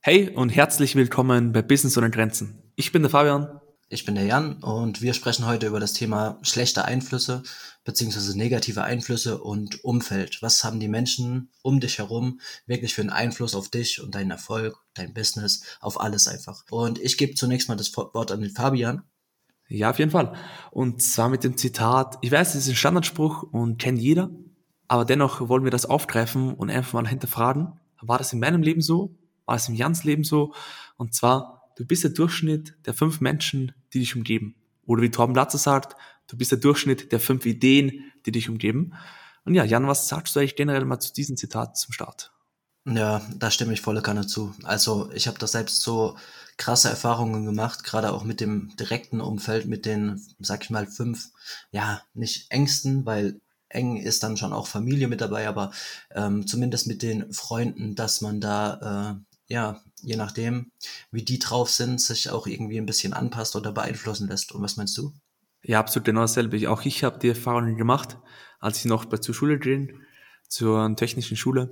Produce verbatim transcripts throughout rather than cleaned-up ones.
Hey und herzlich willkommen bei Business ohne Grenzen. Ich bin der Fabian. Ich bin der Jan und wir sprechen heute über das Thema schlechte Einflüsse beziehungsweise negative Einflüsse und Umfeld. Was haben die Menschen um dich herum wirklich für einen Einfluss auf dich und deinen Erfolg, dein Business, auf alles einfach. Und ich gebe zunächst mal das Wort an den Fabian. Ja, auf jeden Fall. Und zwar mit dem Zitat, ich weiß, es ist ein Standardspruch und kennt jeder, aber dennoch wollen wir das aufgreifen und einfach mal hinterfragen, war das in meinem Leben so? War es in Jans Leben so? Und zwar, du bist der Durchschnitt der fünf Menschen, die dich umgeben. Oder wie Torben Platzer sagt, du bist der Durchschnitt der fünf Ideen, die dich umgeben. Und ja, Jan, was sagst du eigentlich generell mal zu diesem Zitat zum Start? Ja, da stimme ich volle Kanne zu. Also ich habe da selbst so krasse Erfahrungen gemacht, gerade auch mit dem direkten Umfeld, mit den, sag ich mal, fünf, ja, nicht engsten, weil eng ist dann schon auch Familie mit dabei, aber ähm, zumindest mit den Freunden, dass man da, äh, ja, je nachdem, wie die drauf sind, sich auch irgendwie ein bisschen anpasst oder beeinflussen lässt. Und was meinst du? Ja, absolut genau dasselbe. Ich- Auch ich habe die Erfahrungen gemacht, als ich noch bei, zur Schule ging, zur technischen Schule.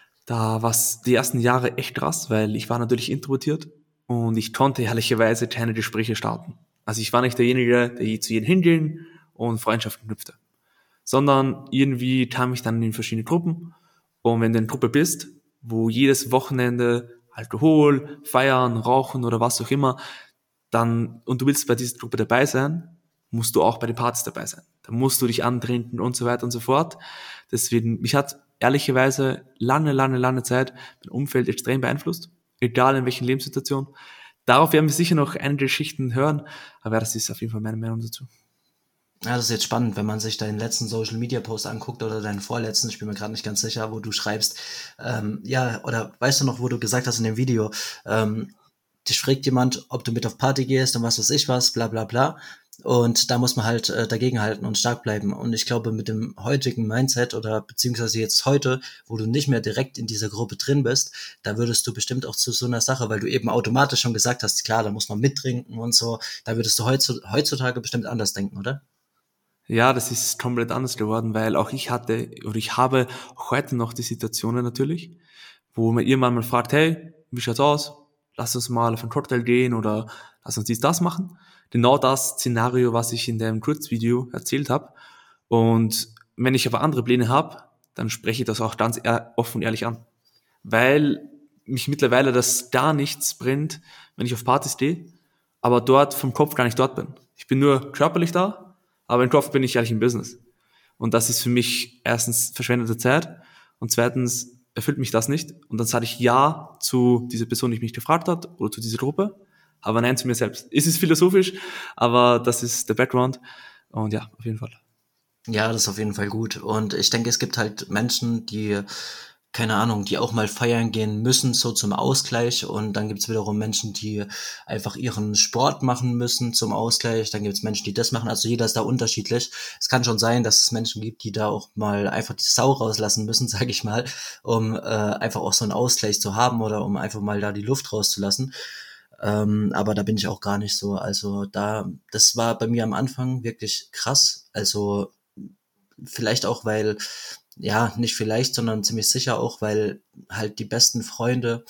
Da war es die ersten Jahre echt krass, weil ich war natürlich introvertiert und ich konnte ehrlicherweise keine Gespräche starten. Also ich war nicht derjenige, der zu jedem hinging und Freundschaften knüpfte, sondern irgendwie kam ich dann in verschiedene Gruppen und wenn du in einer Gruppe bist, wo jedes Wochenende Alkohol, Feiern, Rauchen oder was auch immer, dann, und du willst bei dieser Gruppe dabei sein, musst du auch bei den Partys dabei sein. Da musst du dich antrinken und so weiter und so fort. Deswegen, mich hat ehrlicherweise lange, lange, lange Zeit mein Umfeld extrem beeinflusst, egal in welchen Lebenssituationen. Darauf werden wir sicher noch einige Geschichten hören, aber das ist auf jeden Fall meine Meinung dazu. Ja, das ist jetzt spannend, wenn man sich deinen letzten Social Media Post anguckt oder deinen vorletzten, ich bin mir gerade nicht ganz sicher, wo du schreibst, ähm, ja, oder weißt du noch, wo du gesagt hast in dem Video, ähm, dich fragt jemand, ob du mit auf Party gehst und was weiß ich was, bla bla bla. Und da muss man halt äh, dagegenhalten und stark bleiben. Und ich glaube, mit dem heutigen Mindset oder beziehungsweise jetzt heute, wo du nicht mehr direkt in dieser Gruppe drin bist, da würdest du bestimmt auch zu so einer Sache, weil du eben automatisch schon gesagt hast, klar, da muss man mittrinken und so, da würdest du heutzutage bestimmt anders denken, oder? Ja, das ist komplett anders geworden, weil auch ich hatte oder ich habe heute noch die Situationen natürlich, wo man irgendwann mal fragt, hey, wie schaut's aus? Lass uns mal auf einen Cocktail gehen oder lass uns dies, das machen. Genau das Szenario, was ich in dem Kurzvideo erzählt habe. Und wenn ich aber andere Pläne habe, dann spreche ich das auch ganz ehr- offen und ehrlich an. Weil mich mittlerweile das gar nichts bringt, wenn ich auf Partys gehe, aber dort vom Kopf gar nicht dort bin. Ich bin nur körperlich da, aber im Kopf bin ich ehrlich im Business. Und das ist für mich erstens verschwendete Zeit und zweitens erfüllt mich das nicht. Und dann sage ich Ja zu dieser Person, die mich gefragt hat oder zu dieser Gruppe, aber Nein zu mir selbst. Es ist philosophisch, aber das ist der Background. Und ja, auf jeden Fall. Ja, das ist auf jeden Fall gut. Und ich denke, es gibt halt Menschen, die, keine Ahnung, die auch mal feiern gehen müssen, so zum Ausgleich. Und dann gibt's wiederum Menschen, die einfach ihren Sport machen müssen zum Ausgleich. Dann gibt's Menschen, die das machen. Also jeder ist da unterschiedlich. Es kann schon sein, dass es Menschen gibt, die da auch mal einfach die Sau rauslassen müssen, sage ich mal, um äh, einfach auch so einen Ausgleich zu haben oder um einfach mal da die Luft rauszulassen. Ähm, aber da bin ich auch gar nicht so. Also da, das war bei mir am Anfang wirklich krass. Also vielleicht auch, weil, ja, nicht vielleicht, sondern ziemlich sicher auch, weil halt die besten Freunde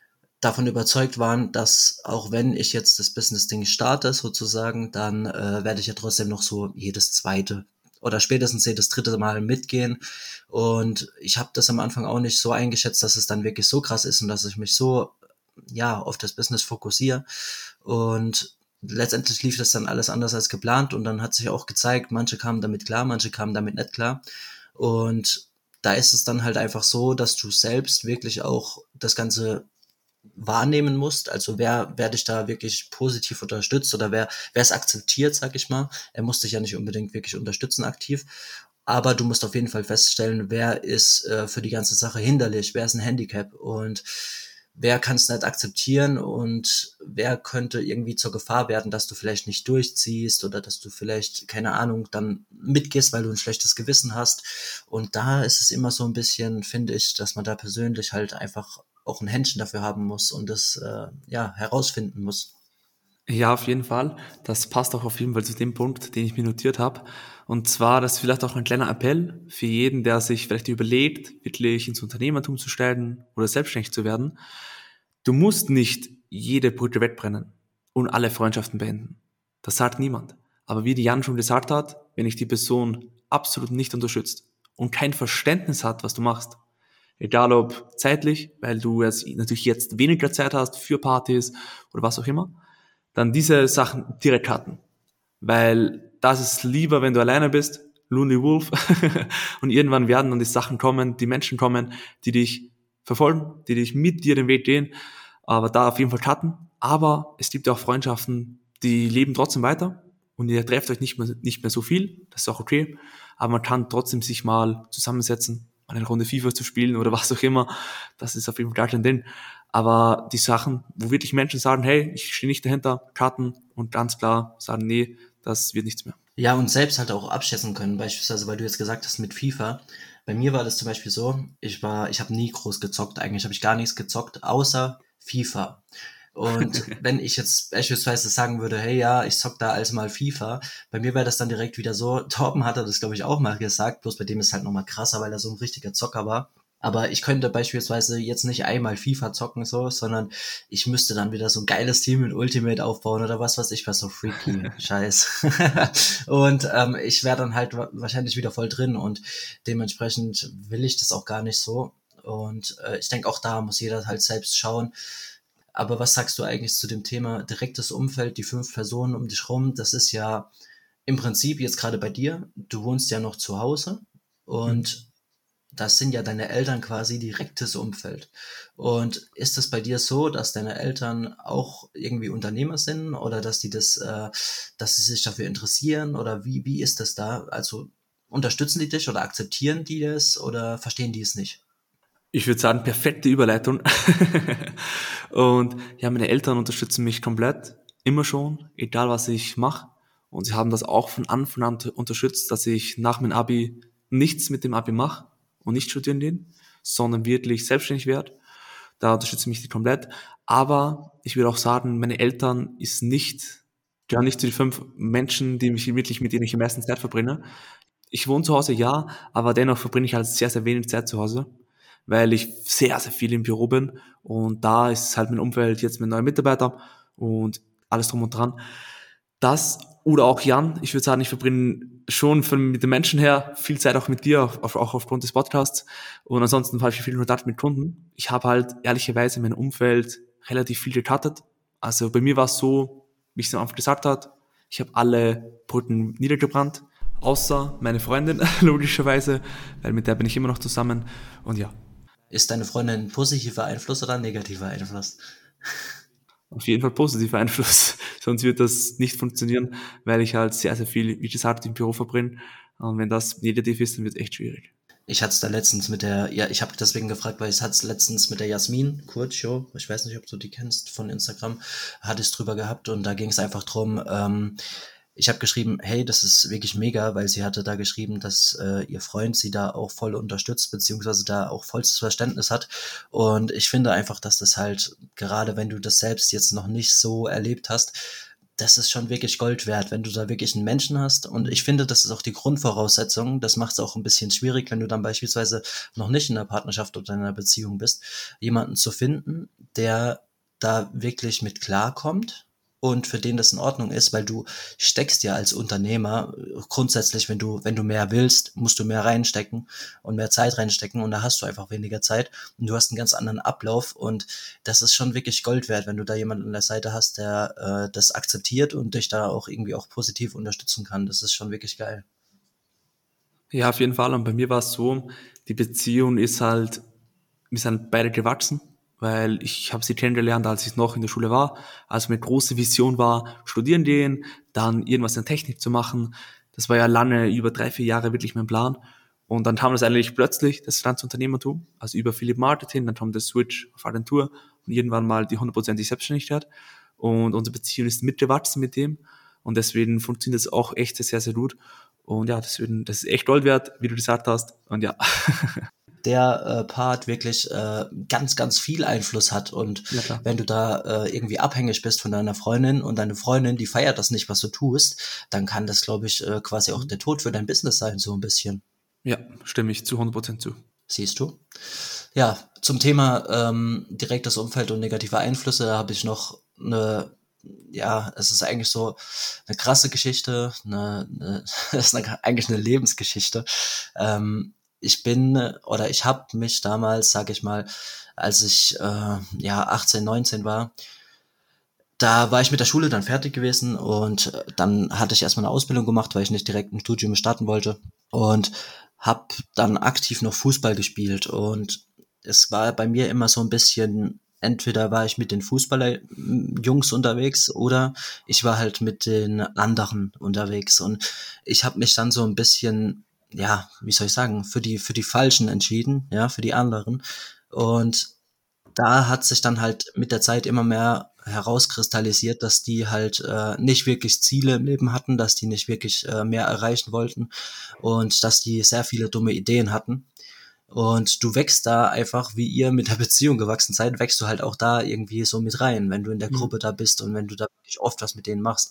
davon überzeugt waren, dass auch wenn ich jetzt das Business-Ding starte, sozusagen, dann äh, werde ich ja trotzdem noch so jedes zweite oder spätestens jedes dritte Mal mitgehen. Und ich habe das am Anfang auch nicht so eingeschätzt, dass es dann wirklich so krass ist und dass ich mich so, ja, auf das Business fokussiere. Und letztendlich lief das dann alles anders als geplant und dann hat sich auch gezeigt, manche kamen damit klar, manche kamen damit nicht klar. Und da ist es dann halt einfach so, dass du selbst wirklich auch das Ganze wahrnehmen musst. Also wer, wer dich da wirklich positiv unterstützt oder wer, wer es akzeptiert, sag ich mal. Er muss dich ja nicht unbedingt wirklich unterstützen aktiv. Aber du musst auf jeden Fall feststellen, wer ist äh, für die ganze Sache hinderlich, wer ist ein Handicap und wer kann es nicht akzeptieren und wer könnte irgendwie zur Gefahr werden, dass du vielleicht nicht durchziehst oder dass du vielleicht, keine Ahnung, dann mitgehst, weil du ein schlechtes Gewissen hast. Und da ist es immer so ein bisschen, finde ich, dass man da persönlich halt einfach auch ein Händchen dafür haben muss und das äh, ja herausfinden muss. Ja, auf jeden Fall. Das passt auch auf jeden Fall zu dem Punkt, den ich mir notiert habe. Und zwar, das ist vielleicht auch ein kleiner Appell für jeden, der sich vielleicht überlegt, wirklich ins Unternehmertum zu steigen oder selbstständig zu werden. du musst nicht jede Brücke wegbrennen und alle Freundschaften beenden. Das sagt niemand. Aber wie die Jan schon gesagt hat, wenn dich die Person absolut nicht unterstützt und kein Verständnis hat, was du machst, egal ob zeitlich, weil du jetzt natürlich jetzt weniger Zeit hast für Partys oder was auch immer, dann diese Sachen direkt cutten. Weil das ist lieber, wenn du alleine bist, Lonely Wolf, und irgendwann werden dann die Sachen kommen, die Menschen kommen, die dich verfolgen, die dich mit dir den Weg gehen, aber da auf jeden Fall cutten. Aber es gibt ja auch Freundschaften, die leben trotzdem weiter und ihr trefft euch nicht mehr, nicht mehr so viel, das ist auch okay, aber man kann trotzdem sich mal zusammensetzen, mal eine Runde FIFA zu spielen oder was auch immer, das ist auf jeden Fall gar kein Ding. Aber die Sachen, wo wirklich Menschen sagen, hey, ich stehe nicht dahinter, cutten und ganz klar sagen, nee, das wird nichts mehr. Ja, und selbst halt auch abschätzen können, beispielsweise, weil du jetzt gesagt hast mit FIFA. Bei mir war das zum Beispiel so, ich war, ich habe nie groß gezockt, eigentlich habe ich gar nichts gezockt, außer FIFA. Und wenn ich jetzt beispielsweise sagen würde, hey ja, ich zock da als mal FIFA, bei mir wäre das dann direkt wieder so, Torben hatte das glaube ich auch mal gesagt, bloß bei dem ist halt nochmal krasser, weil er so ein richtiger Zocker war. Aber ich könnte beispielsweise jetzt nicht einmal FIFA zocken so, sondern ich müsste dann wieder so ein geiles Team in Ultimate aufbauen oder was weiß ich was, so freaky Scheiß. Und ähm, ich wäre dann halt wa- wahrscheinlich wieder voll drin und dementsprechend will ich das auch gar nicht so. Und äh, ich denke auch da muss jeder halt selbst schauen. Aber was sagst du eigentlich zu dem Thema direktes Umfeld, die fünf Personen um dich rum? Das ist ja im Prinzip jetzt gerade bei dir, du wohnst ja noch zu Hause Mhm. und das sind ja deine Eltern quasi direktes Umfeld. Und ist es bei dir so, dass deine Eltern auch irgendwie Unternehmer sind oder dass die das, äh, dass sie sich dafür interessieren oder wie, wie ist das da? Also unterstützen die dich oder akzeptieren die das oder verstehen die es nicht? Ich würde sagen, perfekte Überleitung. Und ja, meine Eltern unterstützen mich komplett, immer schon, egal was ich mache. Und sie haben das auch von Anfang an unterstützt, dass ich nach meinem Abi nichts mit dem Abi mache und nicht studieren gehe, sondern wirklich selbstständig werde. Da unterstützen mich die komplett. Aber ich würde auch sagen, meine Eltern ist nicht, gehören nicht zu den fünf Menschen, die mich wirklich, mit denen ich am meisten Zeit verbringe. Ich wohne zu Hause, ja, aber dennoch verbringe ich halt sehr, sehr wenig Zeit zu Hause, weil ich sehr, sehr viel im Büro bin und da ist halt mein Umfeld jetzt mit neuen Mitarbeitern und alles drum und dran. Das oder auch Jan, ich würde sagen, ich verbringe schon von, mit den Menschen her viel Zeit auch mit dir, auf, auch aufgrund des Podcasts und ansonsten habe ich viel Kontakt mit Kunden. Ich habe halt ehrlicherweise mein Umfeld relativ viel gecuttet. Also bei mir war es so, wie ich es am Anfang gesagt habe, ich habe alle Brücken niedergebrannt, außer meine Freundin, logischerweise, weil mit der bin ich immer noch zusammen. Und ja, Ist deine Freundin ein positiver Einfluss oder ein negativer Einfluss? auf jeden Fall positiver Einfluss. Sonst wird das nicht funktionieren, weil ich halt sehr, sehr viel, wie gesagt, im Büro verbringe. Und wenn das negativ ist, dann wird es echt schwierig. Ich hatte es da letztens mit der, ja, ich habe deswegen gefragt, weil ich hatte es letztens mit der Jasmin Kurzshow, ich weiß nicht, ob du die kennst von Instagram, hatte ich es drüber gehabt und da ging es einfach drum, ähm, ich habe geschrieben, hey, das ist wirklich mega, weil sie hatte da geschrieben, dass äh, ihr Freund sie da auch voll unterstützt, beziehungsweise da auch vollstes Verständnis hat. Und ich finde einfach, dass das halt, gerade wenn du das selbst jetzt noch nicht so erlebt hast, das ist schon wirklich Gold wert, wenn du da wirklich einen Menschen hast. Und ich finde, das ist auch die Grundvoraussetzung. Das macht es auch ein bisschen schwierig, wenn du dann beispielsweise noch nicht in einer Partnerschaft oder in einer Beziehung bist, jemanden zu finden, der da wirklich mit klarkommt und für den das in Ordnung ist, weil du steckst ja als Unternehmer äh, grundsätzlich, wenn du, wenn du mehr willst, musst du mehr reinstecken und mehr Zeit reinstecken und da hast du einfach weniger Zeit und du hast einen ganz anderen Ablauf und das ist schon wirklich Gold wert, wenn du da jemanden an der Seite hast, der äh, das akzeptiert und dich da auch irgendwie auch positiv unterstützen kann. Das ist schon wirklich geil. Ja, auf jeden Fall. Und bei mir war es so, die Beziehung ist halt, wir sind beide gewachsen, weil ich habe sie kennengelernt, als ich noch in der Schule war. Also meine große Vision war, studieren gehen, dann irgendwas in Technik zu machen. Das war ja lange, über drei, vier Jahre wirklich mein Plan. Und dann kam das eigentlich plötzlich, das Finanzunternehmertum, also über Philipp Marketing, dann kam der Switch auf Agentur und irgendwann mal die hundertprozentige Selbstständigkeit. Und unsere Beziehung ist mitgewachsen mit dem. Und deswegen funktioniert es auch echt sehr, sehr gut. Und ja, deswegen, das ist echt Gold wert, wie du gesagt hast. Und ja, Der äh, Part wirklich äh, ganz, ganz viel Einfluss hat. Und ja klar. wenn du da äh, irgendwie abhängig bist von deiner Freundin und deine Freundin, die feiert das nicht, was du tust, dann kann das, glaube ich, äh, quasi auch der Tod für dein Business sein, so ein bisschen. Ja, stimme ich zu hundert Prozent zu. Siehst du? Ja, zum Thema ähm, direktes Umfeld und negative Einflüsse, da habe ich noch eine, ja, es ist eigentlich so eine krasse Geschichte, eine, eine, es ist eine, eigentlich eine Lebensgeschichte. Ähm, ich bin oder ich habe mich damals, sage ich mal, als ich äh, ja achtzehn, neunzehn war, da war ich mit der Schule dann fertig gewesen und äh, dann hatte ich erstmal eine Ausbildung gemacht, weil ich nicht direkt ein Studium starten wollte und habe dann aktiv noch Fußball gespielt und es war bei mir immer so ein bisschen, entweder war ich mit den Fußballer-Jungs unterwegs oder ich war halt mit den anderen unterwegs und ich habe mich dann so ein bisschen, ja, wie soll ich sagen, für die für die Falschen entschieden, ja, für die anderen und da hat sich dann halt mit der Zeit immer mehr herauskristallisiert, dass die halt äh, nicht wirklich Ziele im Leben hatten, dass die nicht wirklich äh, mehr erreichen wollten und dass die sehr viele dumme Ideen hatten. Und du wächst da einfach, wie ihr mit der Beziehung gewachsen seid, wächst du halt auch da irgendwie so mit rein, wenn du in der Mhm. Gruppe da bist und wenn du da wirklich oft was mit denen machst.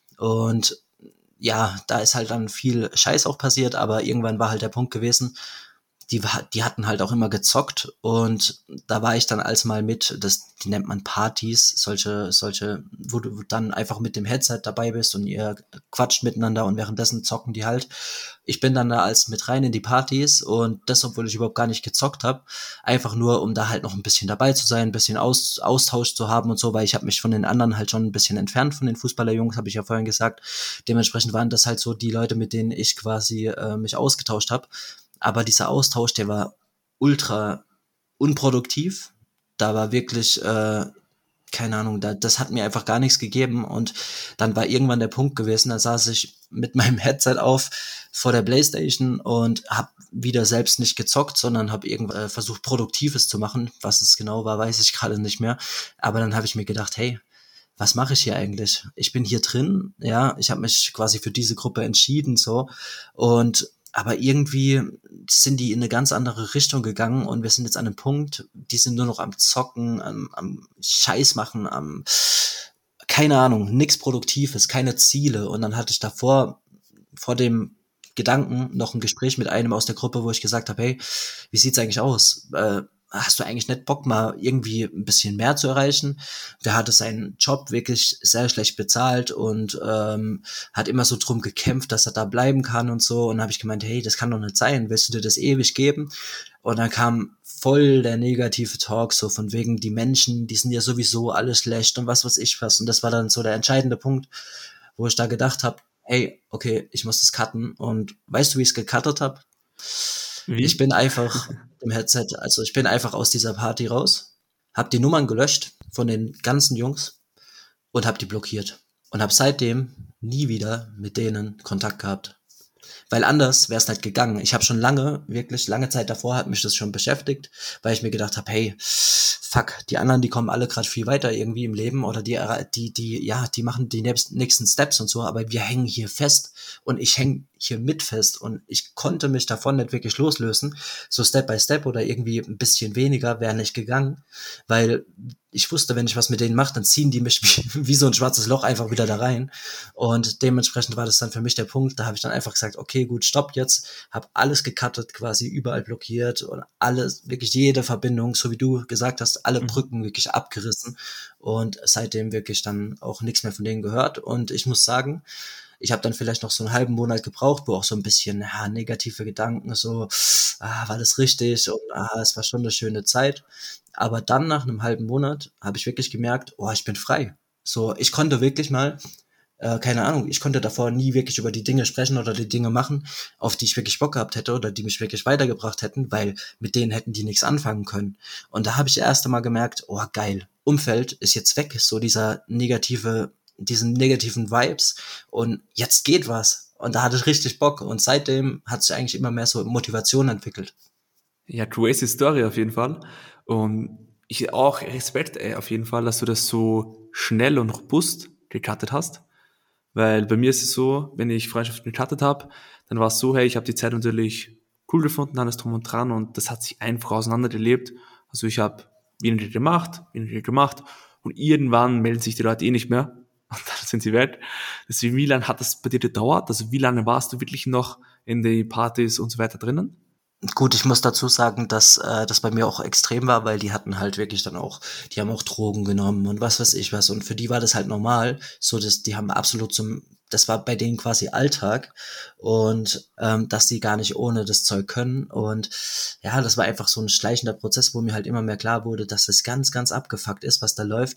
Und ja, da ist halt dann viel Scheiß auch passiert, aber irgendwann war halt der Punkt gewesen, die, die hatten halt auch immer gezockt und da war ich dann als mal mit, das, die nennt man Partys, solche, solche, wo du dann einfach mit dem Headset dabei bist und ihr quatscht miteinander und währenddessen zocken die halt. Ich bin dann da als mit rein in die Partys und das, obwohl ich überhaupt gar nicht gezockt habe, einfach nur, um da halt noch ein bisschen dabei zu sein, ein bisschen Aus, Austausch zu haben und so, weil ich habe mich von den anderen halt schon ein bisschen entfernt, von den Fußballerjungs, habe ich ja vorhin gesagt. Dementsprechend waren das halt so die Leute, mit denen ich quasi äh, mich ausgetauscht habe. Aber dieser Austausch, der war ultra unproduktiv. Da war wirklich, äh, keine Ahnung, da, das hat mir einfach gar nichts gegeben. Und dann war irgendwann der Punkt gewesen, da saß ich mit meinem Headset auf vor der Playstation und habe wieder selbst nicht gezockt, sondern habe irgend äh, versucht, Produktives zu machen. Was es genau war, weiß ich gerade nicht mehr. Aber dann habe ich mir gedacht, hey, was mache ich hier eigentlich? Ich bin hier drin, ja, ich habe mich quasi für diese Gruppe entschieden, so. Und aber irgendwie sind die in eine ganz andere Richtung gegangen und wir sind jetzt an einem Punkt, die sind nur noch am Zocken, am, am Scheiß machen, am, keine Ahnung, nix Produktives, keine Ziele. Und dann hatte ich davor, vor dem Gedanken, noch ein Gespräch mit einem aus der Gruppe, wo ich gesagt habe, hey, wie sieht's eigentlich aus? Äh, hast du eigentlich nicht Bock, mal irgendwie ein bisschen mehr zu erreichen? Der hatte seinen Job wirklich sehr schlecht bezahlt und ähm, hat immer so drum gekämpft, dass er da bleiben kann und so. Und dann habe ich gemeint, hey, das kann doch nicht sein. Willst du dir das ewig geben? Und dann kam voll der negative Talk, so von wegen, die Menschen, die sind ja sowieso alle schlecht und was weiß ich was. Und das war dann so der entscheidende Punkt, wo ich da gedacht habe, hey, okay, ich muss das cutten. Und weißt du, wie ich es gecuttet habe? Ich Wie? bin einfach im Headset, also ich bin einfach aus dieser Party raus, habe die Nummern gelöscht von den ganzen Jungs und habe die blockiert. Und habe seitdem nie wieder mit denen Kontakt gehabt. Weil anders wäre es nicht gegangen. Ich habe schon lange, wirklich lange Zeit davor hat mich das schon beschäftigt, weil ich mir gedacht habe, hey, fuck, die anderen, die kommen alle gerade viel weiter irgendwie im Leben oder die, die, die, ja, die machen die nächsten Steps und so, aber wir hängen hier fest und ich hänge hier mit fest und ich konnte mich davon nicht wirklich loslösen. So Step by Step oder irgendwie ein bisschen weniger wäre nicht gegangen, weil ich wusste, wenn ich was mit denen mache, dann ziehen die mich wie, wie so ein schwarzes Loch einfach wieder da rein. Und dementsprechend war das dann für mich der Punkt, da habe ich dann einfach gesagt, okay, gut, stopp jetzt, habe alles gecuttet, quasi überall blockiert und alles, wirklich jede Verbindung, so wie du gesagt hast, alle Mhm. Brücken wirklich abgerissen und seitdem wirklich dann auch nichts mehr von denen gehört. Und ich muss sagen, ich habe dann vielleicht noch so einen halben Monat gebraucht, wo auch so ein bisschen ja, negative Gedanken, so, ah, war das richtig und ah, es war schon eine schöne Zeit. Aber dann nach einem halben Monat habe ich wirklich gemerkt, oh, ich bin frei. So, ich konnte wirklich mal, äh, keine Ahnung, ich konnte davor nie wirklich über die Dinge sprechen oder die Dinge machen, auf die ich wirklich Bock gehabt hätte oder die mich wirklich weitergebracht hätten, weil mit denen hätten die nichts anfangen können. Und da habe ich erst einmal gemerkt, oh geil, Umfeld ist jetzt weg, so dieser negative, diesen negativen Vibes und jetzt geht was. Und da hatte ich richtig Bock und seitdem hat sich eigentlich immer mehr so Motivation entwickelt. Ja, crazy Story auf jeden Fall. Und ich auch Respekt ey, auf jeden Fall, dass du das so schnell und robust gecuttet hast. Weil bei mir ist es so, wenn ich Freundschaften gecuttet habe, dann war es so, hey, ich habe die Zeit natürlich cool gefunden, alles drum und dran und das hat sich einfach auseinandergelebt. Also ich habe weniger gemacht, weniger gemacht und irgendwann melden sich die Leute eh nicht mehr und dann sind sie weg. Deswegen, wie lange hat das bei dir gedauert? Also wie lange warst du wirklich noch in die Partys und so weiter drinnen? Gut, ich muss dazu sagen, dass äh, das bei mir auch extrem war, weil die hatten halt wirklich dann auch, die haben auch Drogen genommen und was weiß ich was. Und für die war das halt normal. So, dass die haben absolut zum, das war bei denen quasi Alltag und ähm, dass die gar nicht ohne das Zeug können. Und ja, das war einfach so ein schleichender Prozess, wo mir halt immer mehr klar wurde, dass das ganz, ganz abgefuckt ist, was da läuft.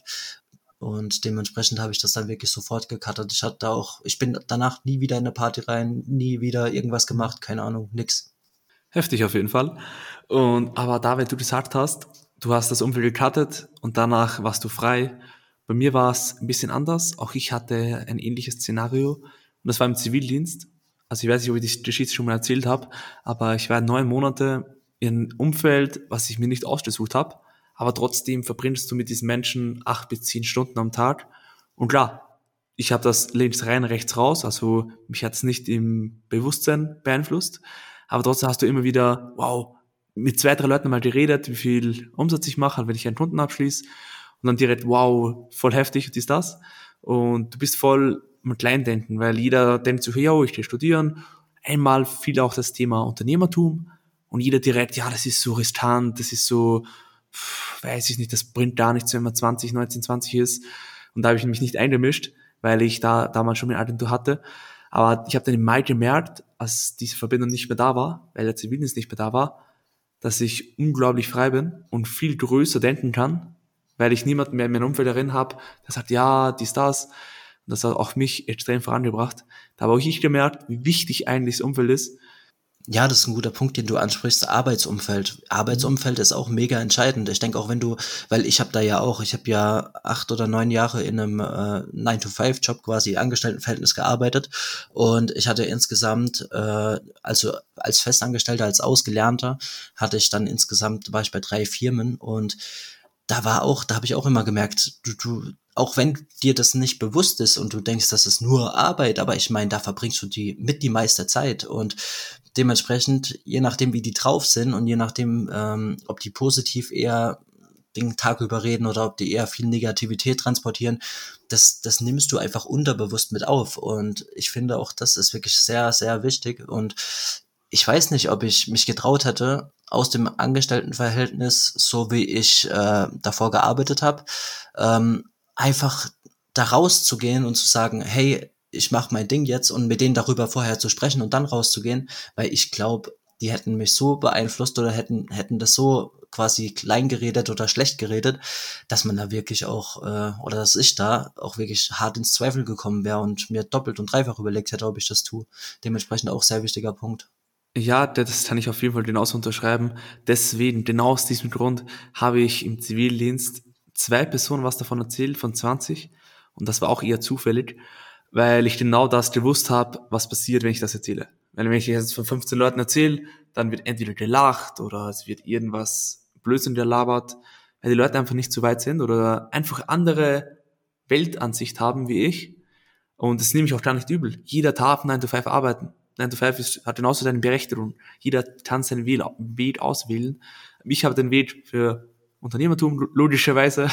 Und dementsprechend habe ich das dann wirklich sofort gecuttet. Ich hatte da auch, ich bin danach nie wieder in eine Party rein, nie wieder irgendwas gemacht, keine Ahnung, nix. Heftig auf jeden Fall. Und, aber da, wenn du gesagt hast, du hast das Umfeld gecuttet und danach warst du frei. Bei mir war es ein bisschen anders. Auch ich hatte ein ähnliches Szenario und das war im Zivildienst. Also ich weiß nicht, ob ich die Geschichte schon mal erzählt habe, aber ich war neun Monate in einem Umfeld, was ich mir nicht ausgesucht habe. Aber trotzdem verbringst du mit diesen Menschen acht bis zehn Stunden am Tag. Und klar, ich habe das links rein, rechts raus. Also mich hat es nicht im Bewusstsein beeinflusst. Aber trotzdem hast du immer wieder, wow, mit zwei, drei Leuten mal geredet, wie viel Umsatz ich mache, wenn ich einen Kunden abschließe. Und dann direkt, wow, voll heftig, und ist das. Und du bist voll mit Kleindenken, weil jeder denkt so, ja, ich gehe studieren. Einmal fiel auch das Thema Unternehmertum und jeder direkt, ja, das ist so riskant, das ist so, pff, weiß ich nicht, das bringt gar nichts, wenn man zwanzig, neunzehn, zwanzig ist. Und da habe ich mich nicht eingemischt, weil ich da damals schon eine Agentur hatte. Aber ich habe dann im Mai gemerkt, als diese Verbindung nicht mehr da war, weil der Zivildienst nicht mehr da war, dass ich unglaublich frei bin und viel größer denken kann, weil ich niemanden mehr in meinem Umfeld darin habe, der sagt, ja, dies, das. Und das hat auch mich extrem vorangebracht. Da habe auch ich gemerkt, wie wichtig eigentlich das Umfeld ist. Ja, das ist ein guter Punkt, den du ansprichst. Arbeitsumfeld. Arbeitsumfeld ist auch mega entscheidend. Ich denke auch, wenn du, weil ich habe da ja auch, ich habe ja acht oder neun Jahre in einem äh, nine to five Job quasi Angestelltenverhältnis gearbeitet und ich hatte insgesamt, äh, also als Festangestellter, als Ausgelernter, hatte ich dann insgesamt, war ich bei drei Firmen und da war auch, da habe ich auch immer gemerkt, du, du, auch wenn dir das nicht bewusst ist und du denkst, das ist nur Arbeit, aber ich meine, da verbringst du die mit die meiste Zeit und dementsprechend, je nachdem, wie die drauf sind und je nachdem, ähm, ob die positiv eher den Tag über reden oder ob die eher viel Negativität transportieren, das, das nimmst du einfach unterbewusst mit auf. Und ich finde auch, das ist wirklich sehr, sehr wichtig. Und ich weiß nicht, ob ich mich getraut hätte, aus dem Angestelltenverhältnis, so wie ich äh, davor gearbeitet habe, ähm, einfach da rauszugehen und zu sagen, hey, ich mache mein Ding jetzt und mit denen darüber vorher zu sprechen und dann rauszugehen, weil ich glaube, die hätten mich so beeinflusst oder hätten hätten das so quasi klein geredet oder schlecht geredet, dass man da wirklich auch äh, oder dass ich da auch wirklich hart ins Zweifel gekommen wäre und mir doppelt und dreifach überlegt hätte, ob ich das tue. Dementsprechend auch sehr wichtiger Punkt. Ja, das kann ich auf jeden Fall genauso unterschreiben. Deswegen, genau aus diesem Grund, habe ich im Zivildienst zwei Personen was davon erzählt, von zwanzig. Und das war auch eher zufällig, weil ich genau das gewusst habe, was passiert, wenn ich das erzähle. Weil wenn ich jetzt von fünfzehn Leuten erzähle, dann wird entweder gelacht oder es wird irgendwas Blödsinn gelabert, weil die Leute einfach nicht so weit sind oder einfach andere Weltansicht haben wie ich. Und das nehme ich auch gar nicht übel. Jeder darf nine to five arbeiten. nine to five ist, hat genauso seine Berechtigung. Jeder kann seinen Weg, Weg auswählen. Ich habe den Weg für Unternehmertum, logischerweise,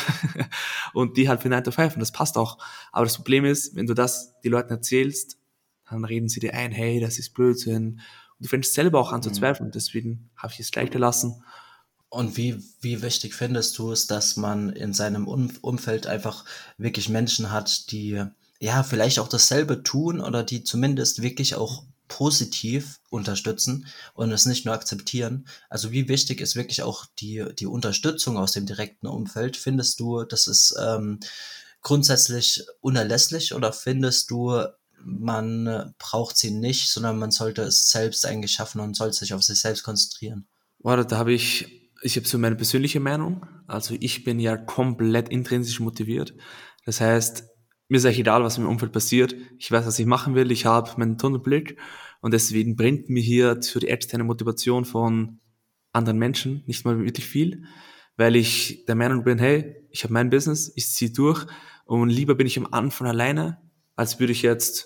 und die halt für nine to five, und das passt auch. Aber das Problem ist, wenn du das den Leuten erzählst, dann reden sie dir ein, hey, das ist Blödsinn. Und du fängst selber auch an zu Mhm. zweifeln. Deswegen habe ich es gleich gelassen. Und wie, wie wichtig findest du es, dass man in seinem um Umfeld einfach wirklich Menschen hat, die ja vielleicht auch dasselbe tun oder die zumindest wirklich auch positiv unterstützen und es nicht nur akzeptieren? Also wie wichtig ist wirklich auch die, die Unterstützung aus dem direkten Umfeld? Findest du, das ist ähm, grundsätzlich unerlässlich oder findest du, man äh, braucht sie nicht, sondern man sollte es selbst eigentlich schaffen und sollte sich auf sich selbst konzentrieren? Oder da habe ich, ich habe so meine persönliche Meinung. Also ich bin ja komplett intrinsisch motiviert. Das heißt, mir ist eigentlich egal, was im Umfeld passiert. Ich weiß, was ich machen will. Ich habe meinen Tunnelblick und deswegen bringt mir hier für die externe Motivation von anderen Menschen nicht mal wirklich viel, weil ich der Meinung bin, hey, ich habe mein Business, ich ziehe durch und lieber bin ich am Anfang alleine, als würde ich jetzt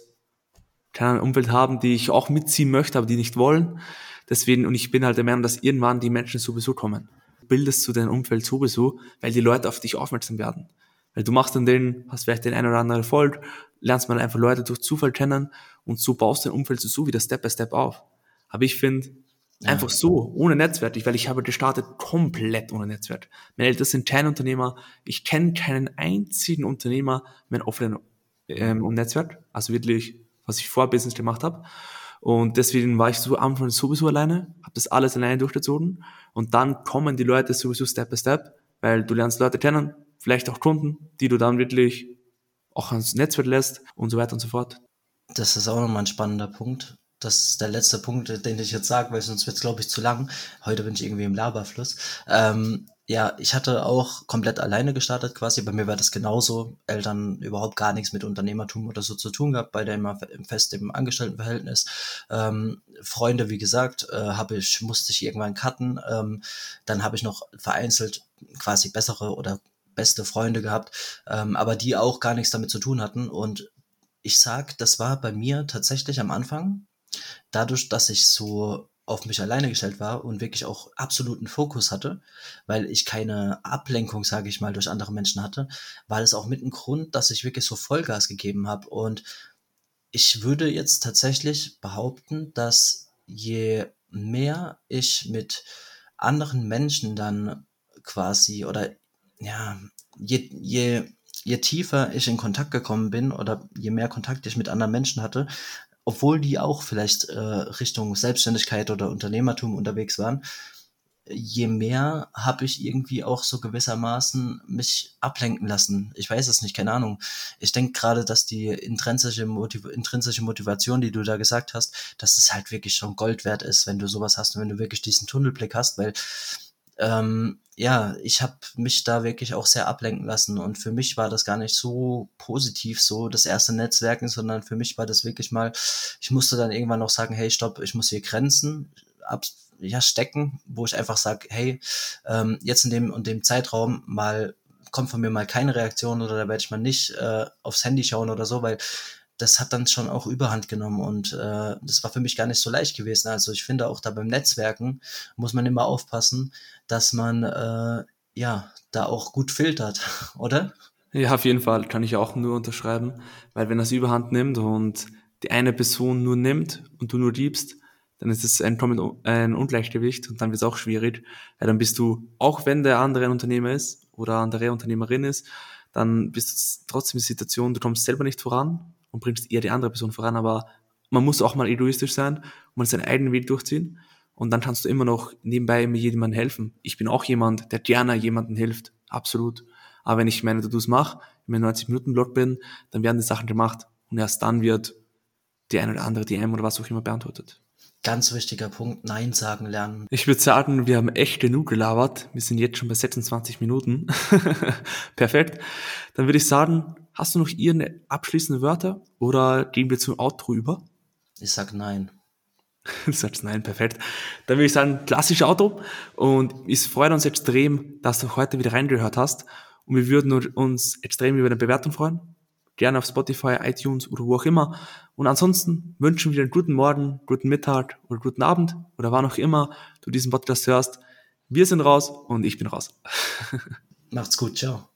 keine Umwelt haben, die ich auch mitziehen möchte, aber die nicht wollen. Deswegen, und ich bin halt der Meinung, dass irgendwann die Menschen sowieso kommen. Du bildest du dein Umfeld sowieso, weil die Leute auf dich aufmerksam werden. Weil du machst dann den, hast vielleicht den einen oder anderen Erfolg, lernst mal einfach Leute durch Zufall kennen und so baust dein Umfeld so wieder Step by Step auf. Aber ich finde, Einfach Ja. so, ohne Netzwerk, weil ich habe gestartet komplett ohne Netzwerk. Meine Eltern sind Kleinunternehmer, ich kenne keinen einzigen Unternehmer mit einem offenen ähm, Netzwerk, also wirklich, was ich vor Business gemacht habe. Und deswegen war ich so am Anfang sowieso alleine, habe das alles alleine durchgezogen und dann kommen die Leute sowieso Step by Step, weil du lernst Leute kennen, vielleicht auch Kunden, die du dann wirklich auch ans Netzwerk lässt und so weiter und so fort. Das ist auch nochmal ein spannender Punkt. Das ist der letzte Punkt, den ich jetzt sage, weil sonst wird es, glaube ich, zu lang. Heute bin ich irgendwie im Laberfluss. Ähm, ja, ich hatte auch komplett alleine gestartet quasi. Bei mir war das genauso. Eltern überhaupt gar nichts mit Unternehmertum oder so zu tun gehabt, beide immer fest im Angestelltenverhältnis. Ähm, Freunde, wie gesagt, äh, habe ich, musste ich irgendwann cutten. Ähm, dann habe ich noch vereinzelt quasi bessere oder beste Freunde gehabt, ähm, aber die auch gar nichts damit zu tun hatten. Und ich sag, das war bei mir tatsächlich am Anfang, dadurch, dass ich so auf mich alleine gestellt war und wirklich auch absoluten Fokus hatte, weil ich keine Ablenkung, sage ich mal, durch andere Menschen hatte, war das auch mit ein Grund, dass ich wirklich so Vollgas gegeben habe. Und ich würde jetzt tatsächlich behaupten, dass je mehr ich mit anderen Menschen dann quasi oder ja, je, je, je tiefer ich in Kontakt gekommen bin oder je mehr Kontakt ich mit anderen Menschen hatte, obwohl die auch vielleicht äh, Richtung Selbstständigkeit oder Unternehmertum unterwegs waren, je mehr habe ich irgendwie auch so gewissermaßen mich ablenken lassen. Ich weiß es nicht, keine Ahnung. Ich denke gerade, dass die intrinsische, Motiv intrinsische Motivation, die du da gesagt hast, dass es halt wirklich schon Gold wert ist, wenn du sowas hast und wenn du wirklich diesen Tunnelblick hast, weil ähm, ja, ich habe mich da wirklich auch sehr ablenken lassen und für mich war das gar nicht so positiv, so das erste Netzwerken, sondern für mich war das wirklich mal, ich musste dann irgendwann noch sagen, hey, stopp, ich muss hier Grenzen ab, ja, stecken, wo ich einfach sage, hey, ähm, jetzt in dem und dem Zeitraum mal kommt von mir mal keine Reaktion oder da werde ich mal nicht äh, aufs Handy schauen oder so, weil das hat dann schon auch Überhand genommen und äh, das war für mich gar nicht so leicht gewesen. Also ich finde auch da beim Netzwerken muss man immer aufpassen, dass man äh, ja da auch gut filtert, oder? Ja, auf jeden Fall kann ich auch nur unterschreiben, weil wenn das Überhand nimmt und die eine Person nur nimmt und du nur gibst, dann ist es ein, ein Ungleichgewicht und dann wird es auch schwierig, weil dann bist du, auch wenn der andere ein Unternehmer ist oder andere Unternehmerin ist, dann bist du trotzdem in der Situation, du kommst selber nicht voran und bringst eher die andere Person voran, aber man muss auch mal egoistisch sein und man seinen eigenen Weg durchziehen und dann kannst du immer noch nebenbei immer jemandem helfen. Ich bin auch jemand, der gerne jemandem hilft, absolut. Aber wenn ich meine To-Dos mache, in meinem neunzig-Minuten-Blog bin, dann werden die Sachen gemacht und erst dann wird die eine oder andere D M oder was auch immer beantwortet. Ganz wichtiger Punkt, Nein sagen lernen. Ich würde sagen, wir haben echt genug gelabert. Wir sind jetzt schon bei sechsundzwanzig Minuten. Perfekt. Dann würde ich sagen, hast du noch irgendeine abschließende Wörter oder gehen wir zum Outro über? Ich sag nein. Du sagst nein, perfekt. Dann würde ich sagen, klassisches Outro. Und es freut uns extrem, dass du heute wieder reingehört hast. Und wir würden uns extrem über eine Bewertung freuen. Gerne auf Spotify, iTunes oder wo auch immer. Und ansonsten wünschen wir dir einen guten Morgen, guten Mittag oder guten Abend oder wann auch immer du diesen Podcast hörst. Wir sind raus und ich bin raus. Macht's gut, ciao.